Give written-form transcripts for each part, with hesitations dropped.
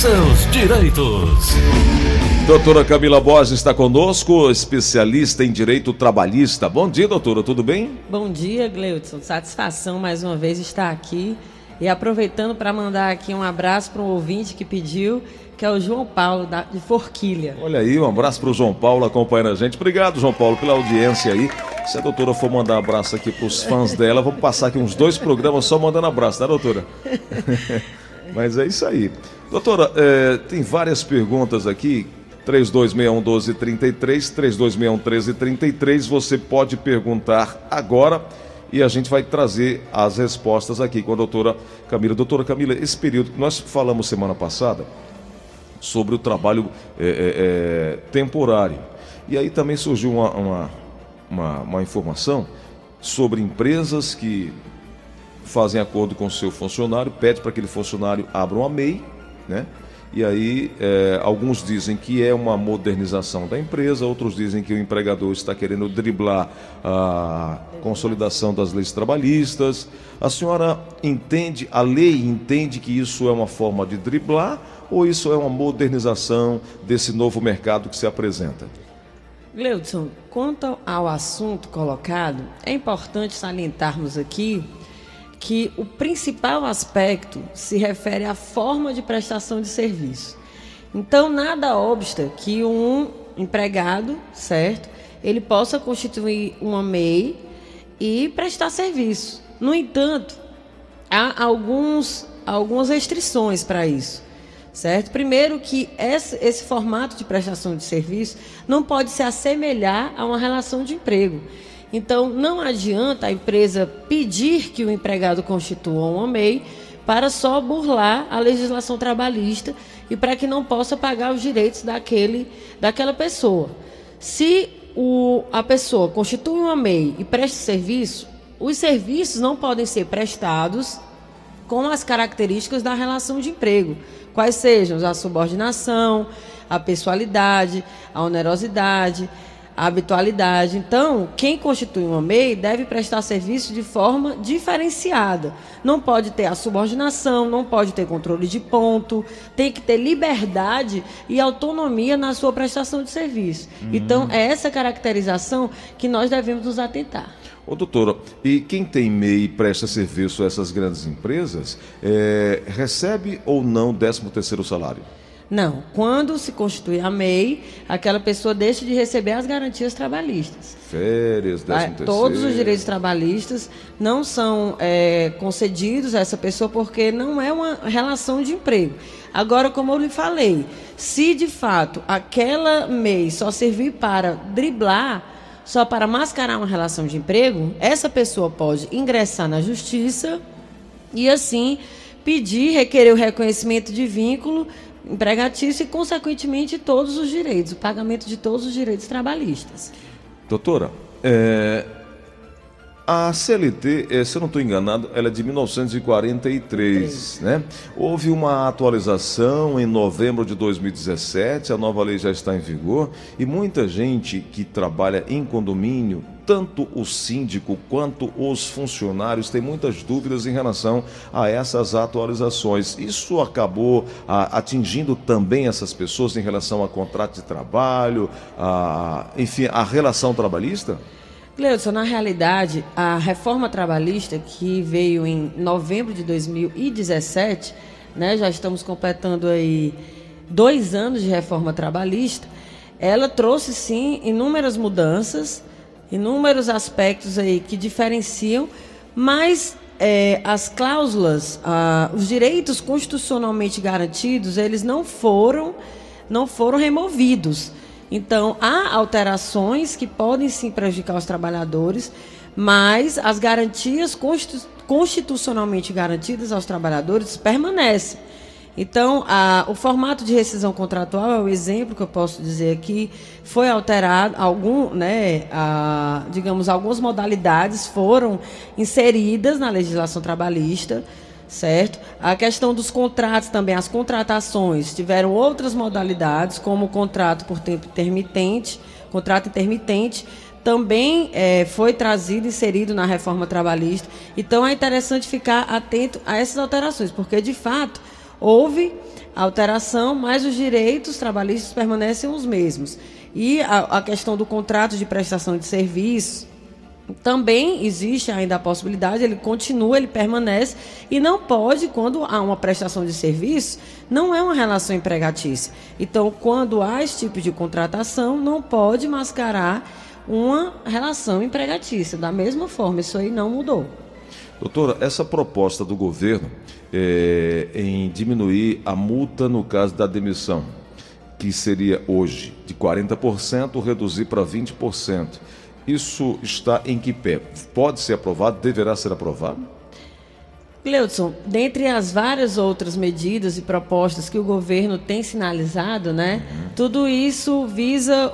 seus direitos. Doutora Camila Borges está conosco, especialista em direito trabalhista. Bom dia, doutora, tudo bem? Bom dia, Gleudson. Satisfação mais uma vez estar aqui. E aproveitando para mandar aqui um abraço para um ouvinte que pediu, que é o João Paulo, de Forquilha. Olha aí, um abraço para o João Paulo acompanhando a gente. Obrigado, João Paulo, pela audiência aí. Se a doutora for mandar abraço aqui para os fãs dela, vamos passar aqui uns 2 programas só mandando abraço, tá, doutora? Mas é isso aí. Doutora, tem várias perguntas aqui. 3261-1233, 3261-1333. Você pode perguntar agora e a gente vai trazer as respostas aqui com a doutora Camila. Doutora Camila, esse período que nós falamos semana passada sobre o trabalho temporário. E aí também surgiu uma informação sobre empresas que fazem acordo com o seu funcionário, pede para que aquele funcionário abra uma MEI, né? E aí, alguns dizem que é uma modernização da empresa, outros dizem que o empregador está querendo driblar a consolidação das leis trabalhistas. A senhora entende, a lei entende que isso é uma forma de driblar ou isso é uma modernização desse novo mercado que se apresenta? Gleudson, quanto ao assunto colocado, é importante salientarmos aqui que o principal aspecto se refere à forma de prestação de serviço. Então, nada obsta que um empregado, certo, ele possa constituir uma MEI e prestar serviço. No entanto, há algumas restrições para isso, certo? Primeiro que esse formato de prestação de serviço não pode se assemelhar a uma relação de emprego. Então, não adianta a empresa pedir que o empregado constitua uma MEI para só burlar a legislação trabalhista e para que não possa pagar os direitos daquela pessoa. Se a pessoa constitui uma MEI e presta serviço, os serviços não podem ser prestados com as características da relação de emprego, quais sejam a subordinação, a pessoalidade, a onerosidade, a habitualidade. Então, quem constitui uma MEI deve prestar serviço de forma diferenciada. Não pode ter a subordinação, não pode ter controle de ponto, tem que ter liberdade e autonomia na sua prestação de serviço. Então, é essa caracterização que nós devemos nos atentar. Ô, doutora, e quem tem MEI e presta serviço a essas grandes empresas, recebe ou não 13º salário? Não, quando se constitui a MEI, aquela pessoa deixa de receber as garantias trabalhistas. Férias, 13º. Todos os direitos trabalhistas não são concedidos a essa pessoa porque não é uma relação de emprego. Agora, como eu lhe falei, se de fato aquela MEI só servir para driblar, só para mascarar uma relação de emprego, essa pessoa pode ingressar na justiça e assim requerer o reconhecimento de vínculo empregatício e, consequentemente, todos os direitos, o pagamento de todos os direitos trabalhistas. Doutora, a CLT, se eu não estou enganado, ela é de 1943, né? Houve uma atualização em novembro de 2017, a nova lei já está em vigor e muita gente que trabalha em condomínio, tanto o síndico quanto os funcionários têm muitas dúvidas em relação a essas atualizações. Isso acabou atingindo também essas pessoas em relação a contrato de trabalho, enfim, a relação trabalhista? Gleudson, na realidade, a reforma trabalhista que veio em novembro de 2017, né, já estamos completando aí 2 anos de reforma trabalhista, ela trouxe sim inúmeras mudanças, inúmeros aspectos aí que diferenciam, mas as cláusulas, os direitos constitucionalmente garantidos, eles não foram removidos. Então, há alterações que podem sim prejudicar os trabalhadores, mas as garantias constitucionalmente garantidas aos trabalhadores permanecem. Então, o formato de rescisão contratual é o exemplo que eu posso dizer aqui. Foi alterado, algumas modalidades foram inseridas na legislação trabalhista, certo? A questão dos contratos também, as contratações tiveram outras modalidades, como o contrato por tempo intermitente, contrato intermitente, também foi trazido, inserido na reforma trabalhista. Então, é interessante ficar atento a essas alterações, porque, de fato, houve alteração, mas os direitos trabalhistas permanecem os mesmos. E a questão do contrato de prestação de serviço, também existe ainda a possibilidade, ele continua, ele permanece, e não pode, quando há uma prestação de serviço, não é uma relação empregatícia. Então, quando há esse tipo de contratação, não pode mascarar uma relação empregatícia. Da mesma forma, isso aí não mudou. Doutora, essa proposta do governo em diminuir a multa no caso da demissão, que seria hoje de 40%, reduzir para 20%, isso está em que pé? Pode ser aprovado? Deverá ser aprovado? Cleudson, dentre as várias outras medidas e propostas que o governo tem sinalizado, né, tudo isso visa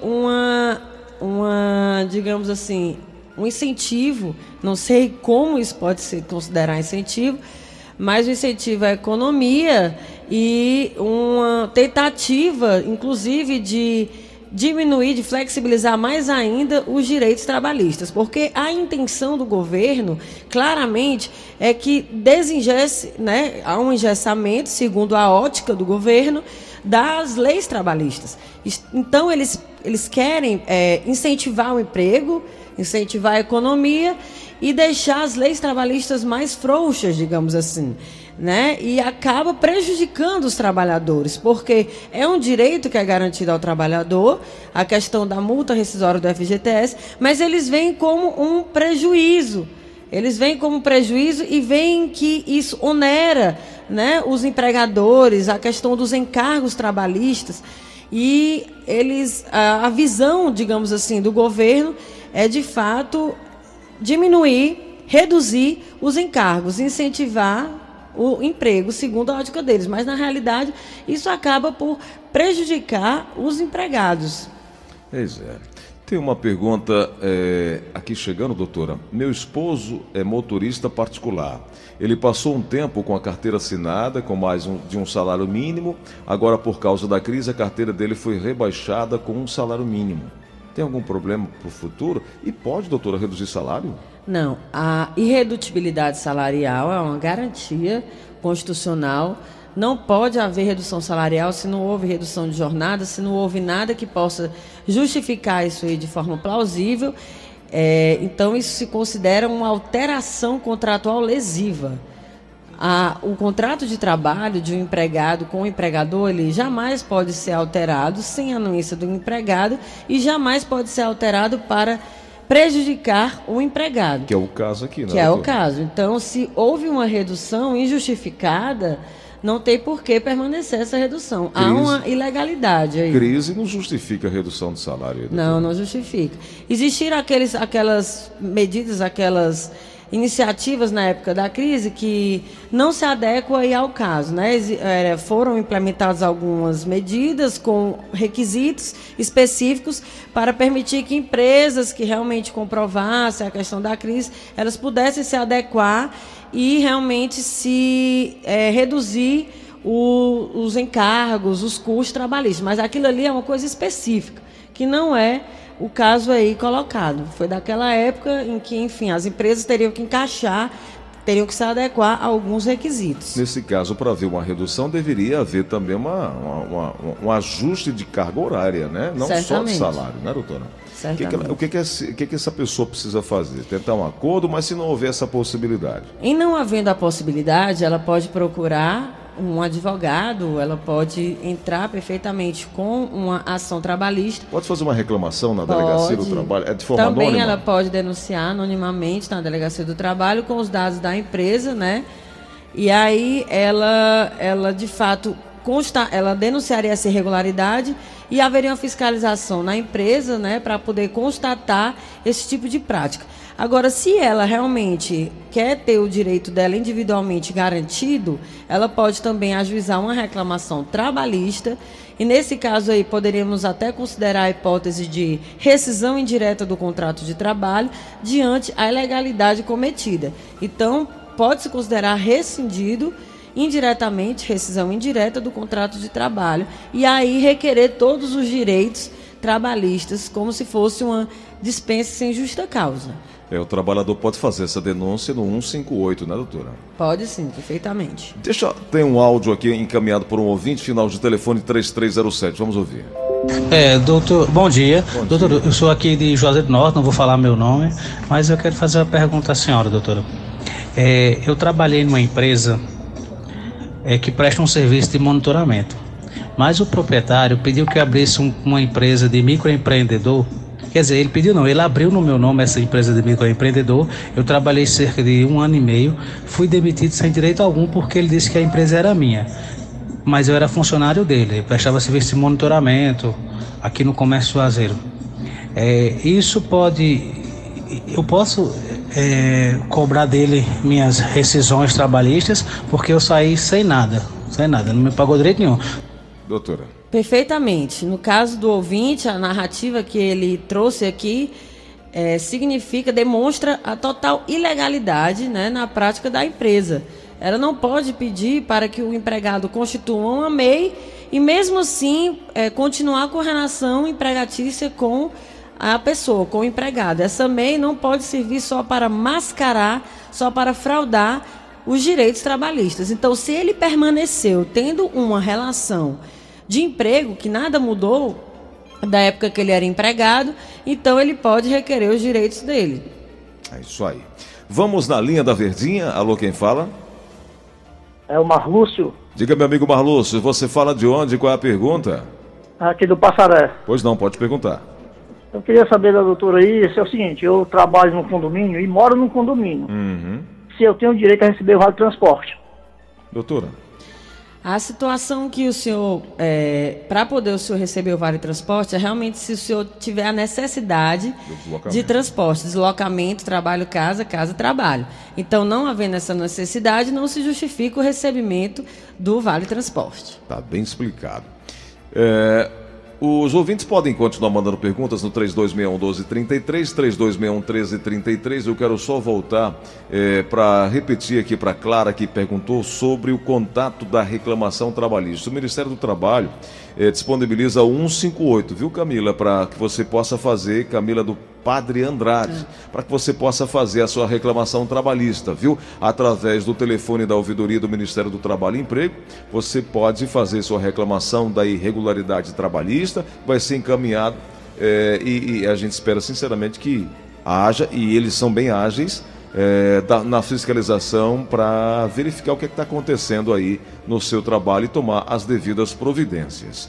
digamos assim, um incentivo, não sei como isso pode ser considerar incentivo, mas um incentivo à economia e uma tentativa, inclusive, de diminuir, de flexibilizar mais ainda os direitos trabalhistas, porque a intenção do governo, claramente, é que desengesse, né, há um engessamento, segundo a ótica do governo, das leis trabalhistas. Então, eles querem incentivar o emprego, incentivar a economia e deixar as leis trabalhistas mais frouxas, digamos assim, né? E acaba prejudicando os trabalhadores, porque é um direito que é garantido ao trabalhador, a questão da multa rescisória do FGTS, mas eles veem como um prejuízo. Eles veem como prejuízo e veem que isso onera, né, os empregadores, a questão dos encargos trabalhistas. E a visão, digamos assim, do governo é, de fato, diminuir, reduzir os encargos, incentivar o emprego, segundo a ótica deles. Mas, na realidade, isso acaba por prejudicar os empregados. Pois é. Tem uma pergunta aqui chegando, doutora. Meu esposo é motorista particular. Ele passou um tempo com a carteira assinada, com mais de um salário mínimo. Agora, por causa da crise, a carteira dele foi rebaixada com um salário mínimo. Tem algum problema para o futuro? E pode, doutora, reduzir salário? Não. A irredutibilidade salarial é uma garantia constitucional. Não pode haver redução salarial se não houve redução de jornada, se não houve nada que possa justificar isso aí de forma plausível. Então, isso se considera uma alteração contratual lesiva. O contrato de trabalho de um empregado com o empregador, ele jamais pode ser alterado sem anuência do empregado e jamais pode ser alterado para prejudicar o empregado. Que é o caso aqui, né? Que é o caso. Então, se houve uma redução injustificada, não tem por que permanecer essa redução. Há uma ilegalidade aí. Crise não justifica a redução de salário. Não justifica. Existiram aquelas medidas, aquelas iniciativas na época da crise que não se adequam aí ao caso, né? Foram implementadas algumas medidas com requisitos específicos para permitir que empresas que realmente comprovassem a questão da crise, elas pudessem se adequar e realmente se reduzir os encargos, os custos trabalhistas. Mas aquilo ali é uma coisa específica, que não é o caso aí colocado. Foi daquela época em que, enfim, as empresas teriam que encaixar, teriam que se adequar a alguns requisitos. Nesse caso, para haver uma redução, deveria haver também um ajuste de carga horária, né? Não Certamente. Só de salário, né, doutora? O que essa pessoa precisa fazer? Tentar um acordo, mas se não houver essa possibilidade? Em não havendo a possibilidade, ela pode procurar um advogado, ela pode entrar perfeitamente com uma ação trabalhista. Pode fazer uma reclamação na delegacia do trabalho? É de forma também anônima? Ela pode denunciar anonimamente na delegacia do trabalho com os dados da empresa, né? E aí ela de fato ela denunciaria essa irregularidade e haveria uma fiscalização na empresa, né, para poder constatar esse tipo de prática. Agora, se ela realmente quer ter o direito dela individualmente garantido, ela pode também ajuizar uma reclamação trabalhista e, nesse caso aí, poderíamos até considerar a hipótese de rescisão indireta do contrato de trabalho diante a ilegalidade cometida. Então, pode-se considerar rescindido indiretamente, rescisão indireta do contrato de trabalho e aí requerer todos os direitos trabalhistas como se fosse uma dispensa sem justa causa. O trabalhador pode fazer essa denúncia no 158, né, doutora? Pode sim, perfeitamente. Tem um áudio aqui encaminhado por um ouvinte, final de telefone 3307. Vamos ouvir. Doutor, bom dia. Doutor, eu sou aqui de Juazeiro do Norte, não vou falar meu nome, mas eu quero fazer uma pergunta à senhora, doutora. Eu trabalhei numa empresa que presta um serviço de monitoramento, mas o proprietário pediu que eu abrisse uma empresa de microempreendedor. Quer dizer, ele pediu não, ele abriu no meu nome essa empresa de microempreendedor. Eu trabalhei cerca de 1 ano e meio, fui demitido sem direito algum porque ele disse que a empresa era minha. Mas eu era funcionário dele, eu prestava serviço de monitoramento aqui no Comércio Juazeiro. Eu posso cobrar dele minhas rescisões trabalhistas porque eu saí sem nada, não me pagou direito nenhum. Doutora. Perfeitamente. No caso do ouvinte, a narrativa que ele trouxe aqui demonstra a total ilegalidade, né, na prática da empresa. Ela não pode pedir para que o empregado constitua uma MEI e, mesmo assim, continuar com a relação empregatícia com a pessoa, com o empregado. Essa MEI não pode servir só para mascarar, só para fraudar os direitos trabalhistas. Então, se ele permaneceu tendo uma relação de emprego que nada mudou da época que ele era empregado, então ele pode requerer os direitos dele. É isso aí. Vamos na linha da Verdinha. Alô, quem fala? É o Marlúcio. Diga, meu amigo Marlúcio, você fala de onde? Qual é a pergunta? Aqui do Passaré. Pois não, pode perguntar. Eu queria saber da doutora aí, se é o seguinte, eu trabalho num condomínio e moro num condomínio. Se eu tenho direito a receber o vale transporte. Doutora. A situação que o senhor, para poder o senhor receber o vale transporte, é realmente se o senhor tiver a necessidade de transporte, deslocamento, trabalho, casa, trabalho. Então, não havendo essa necessidade, não se justifica o recebimento do vale transporte. Tá bem explicado. Os ouvintes podem continuar mandando perguntas no 3261-1233, 3261-1333. Eu quero só voltar para repetir aqui para a Clara, que perguntou sobre o contato da reclamação trabalhista. O Ministério do Trabalho disponibiliza o 158, viu, Camila? Para que você possa fazer, Camila do Padre Andrade, para que você possa fazer a sua reclamação trabalhista, viu? Através do telefone da ouvidoria do Ministério do Trabalho e Emprego, você pode fazer sua reclamação da irregularidade trabalhista, vai ser encaminhado e a gente espera sinceramente que haja, e eles são bem ágeis na fiscalização para verificar o que está acontecendo aí no seu trabalho e tomar as devidas providências.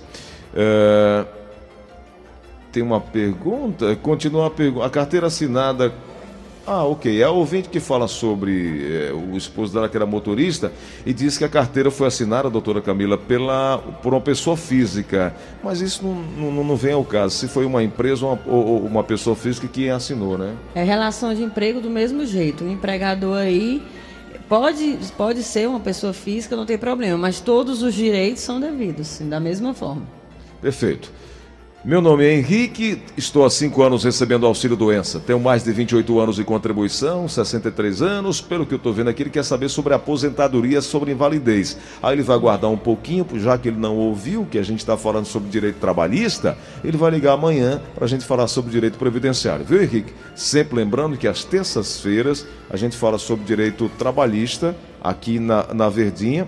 Tem uma pergunta, continua a pergunta. A carteira assinada. Ok. É o ouvinte que fala sobre o esposo dela, que era motorista, e diz que a carteira foi assinada, doutora Camila, por uma pessoa física. Mas isso não vem ao caso. Se foi uma empresa ou uma pessoa física que assinou, né? É relação de emprego do mesmo jeito. O empregador aí pode ser uma pessoa física, não tem problema, mas todos os direitos são devidos, sim, da mesma forma. Perfeito. Meu nome é Henrique, estou há 5 anos recebendo auxílio-doença. Tenho mais de 28 anos de contribuição, 63 anos. Pelo que eu estou vendo aqui, ele quer saber sobre aposentadoria, sobre invalidez. Aí ele vai guardar um pouquinho, já que ele não ouviu que a gente está falando sobre direito trabalhista, ele vai ligar amanhã para a gente falar sobre direito previdenciário. Viu, Henrique? Sempre lembrando que às terças-feiras a gente fala sobre direito trabalhista aqui na Verdinha,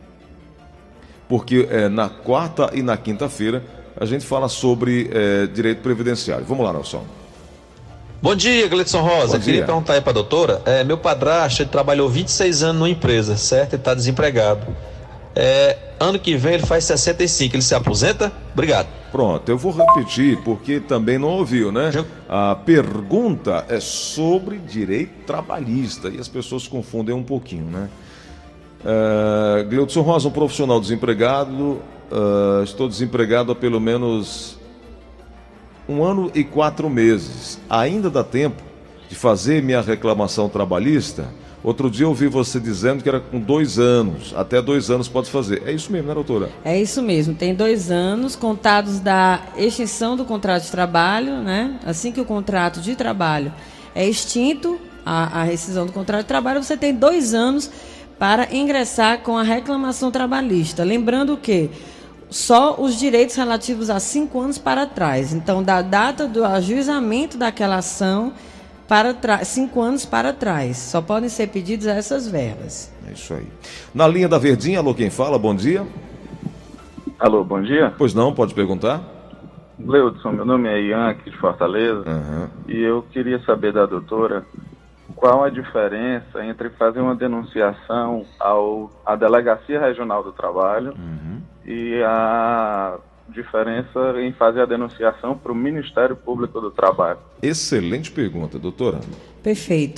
porque na quarta e na quinta-feira a gente fala sobre direito previdenciário. Vamos lá, Nelson. Bom dia, Gleidson Rosa. Queria perguntar aí para a doutora. Meu padrasto, ele trabalhou 26 anos numa empresa, certo? Ele está desempregado. Ano que vem ele faz 65, ele se aposenta? Obrigado. Pronto, eu vou repetir porque também não ouviu, né? A pergunta é sobre direito trabalhista e as pessoas confundem um pouquinho, né? Gleidson Rosa, um profissional desempregado. Estou desempregado há pelo menos 1 ano e 4 meses. Ainda dá tempo de fazer minha reclamação trabalhista? Outro dia eu ouvi você dizendo que era com 2 anos. Até 2 anos pode fazer. É isso mesmo, né, doutora? É isso mesmo. Tem 2 anos contados da extinção do contrato de trabalho, né? Assim que o contrato de trabalho é extinto, a rescisão do contrato de trabalho, você tem 2 anos para ingressar com a reclamação trabalhista. Lembrando que só os direitos relativos a 5 anos para trás. Então, da data do ajuizamento daquela ação, para 5 anos para trás. Só podem ser pedidos essas verbas. É isso aí. Na linha da Verdinha, alô, quem fala? Bom dia. Alô, bom dia. Pois não, pode perguntar? Leudson, meu nome é Ian, aqui de Fortaleza. E eu queria saber da doutora qual a diferença entre fazer uma denunciação à Delegacia Regional do Trabalho e a diferença em fazer a denunciação para o Ministério Público do Trabalho. Excelente pergunta, doutora. Perfeito.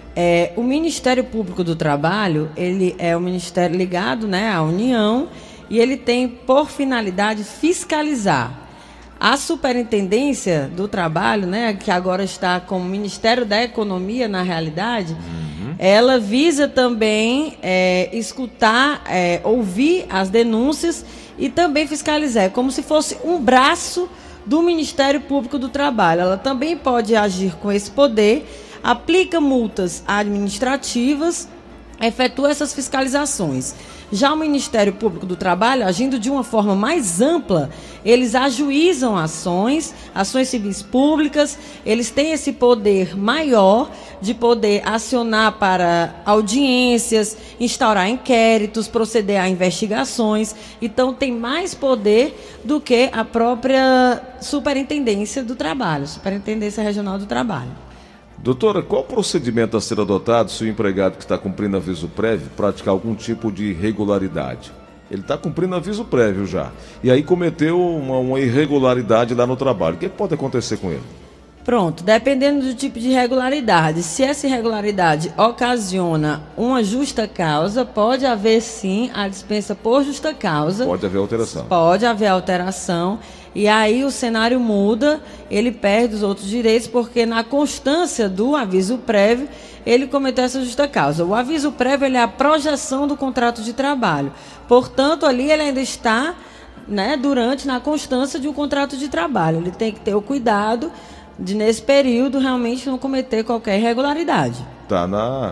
O Ministério Público do Trabalho, ele é um ministério ligado, né, à União, e ele tem por finalidade fiscalizar. A Superintendência do Trabalho, né, que agora está como Ministério da Economia, na realidade, ela visa também escutar, ouvir as denúncias e também fiscalizar. É como se fosse um braço do Ministério Público do Trabalho. Ela também pode agir com esse poder, aplica multas administrativas, efetua essas fiscalizações. Já o Ministério Público do Trabalho, agindo de uma forma mais ampla, eles ajuizam ações civis públicas, eles têm esse poder maior de poder acionar para audiências, instaurar inquéritos, proceder a investigações. Então, tem mais poder do que a própria Superintendência do Trabalho, Superintendência Regional do Trabalho. Doutora, qual procedimento a ser adotado se o empregado que está cumprindo aviso prévio praticar algum tipo de irregularidade? Ele está cumprindo aviso prévio já, e aí cometeu uma irregularidade lá no trabalho. O que pode acontecer com ele? Pronto, dependendo do tipo de irregularidade. Se essa irregularidade ocasiona uma justa causa, pode haver sim a dispensa por justa causa. Pode haver alteração. Pode haver alteração. E aí o cenário muda, ele perde os outros direitos, porque na constância do aviso prévio, ele cometeu essa justa causa. O aviso prévio ele é a projeção do contrato de trabalho. Portanto, ali ele ainda está, né, na constância de um contrato de trabalho. Ele tem que ter o cuidado de, nesse período, realmente não cometer qualquer irregularidade. Tá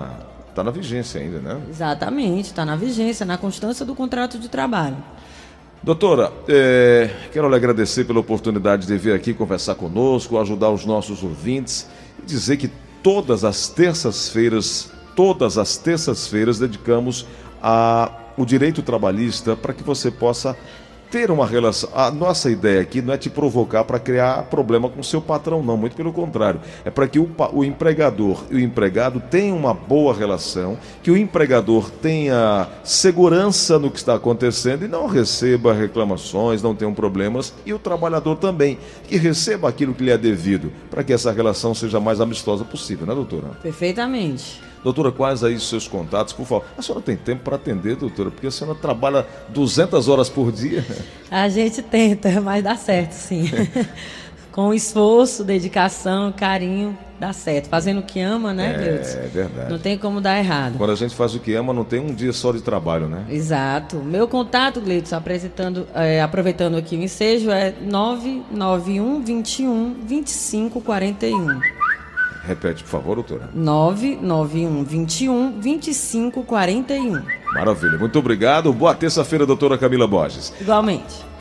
na vigência ainda, né? Exatamente, está na vigência, na constância do contrato de trabalho. Doutora, quero lhe agradecer pela oportunidade de vir aqui conversar conosco, ajudar os nossos ouvintes e dizer que todas as terças-feiras dedicamos ao direito trabalhista para que você possa ter uma relação. A nossa ideia aqui não é te provocar para criar problema com o seu patrão, não, muito pelo contrário. É para que o empregador e o empregado tenham uma boa relação, que o empregador tenha segurança no que está acontecendo e não receba reclamações, não tenham problemas, e o trabalhador também, que receba aquilo que lhe é devido, para que essa relação seja mais amistosa possível, né, doutora? Perfeitamente. Doutora, quais aí os seus contatos, por favor? A senhora tem tempo para atender, doutora? Porque a senhora trabalha 200 horas por dia. A gente tenta, mas dá certo, sim. Com esforço, dedicação, carinho, dá certo. Fazendo o que ama, né, Gleudson? É verdade. Não tem como dar errado. Quando a gente faz o que ama, não tem um dia só de trabalho, né? Exato. Meu contato, Gleudson, aproveitando aqui o ensejo, é 991 21 25 41. Repete, por favor, doutora. 991 21 25 41. Maravilha. Muito obrigado. Boa terça-feira, doutora Camila Borges. Igualmente.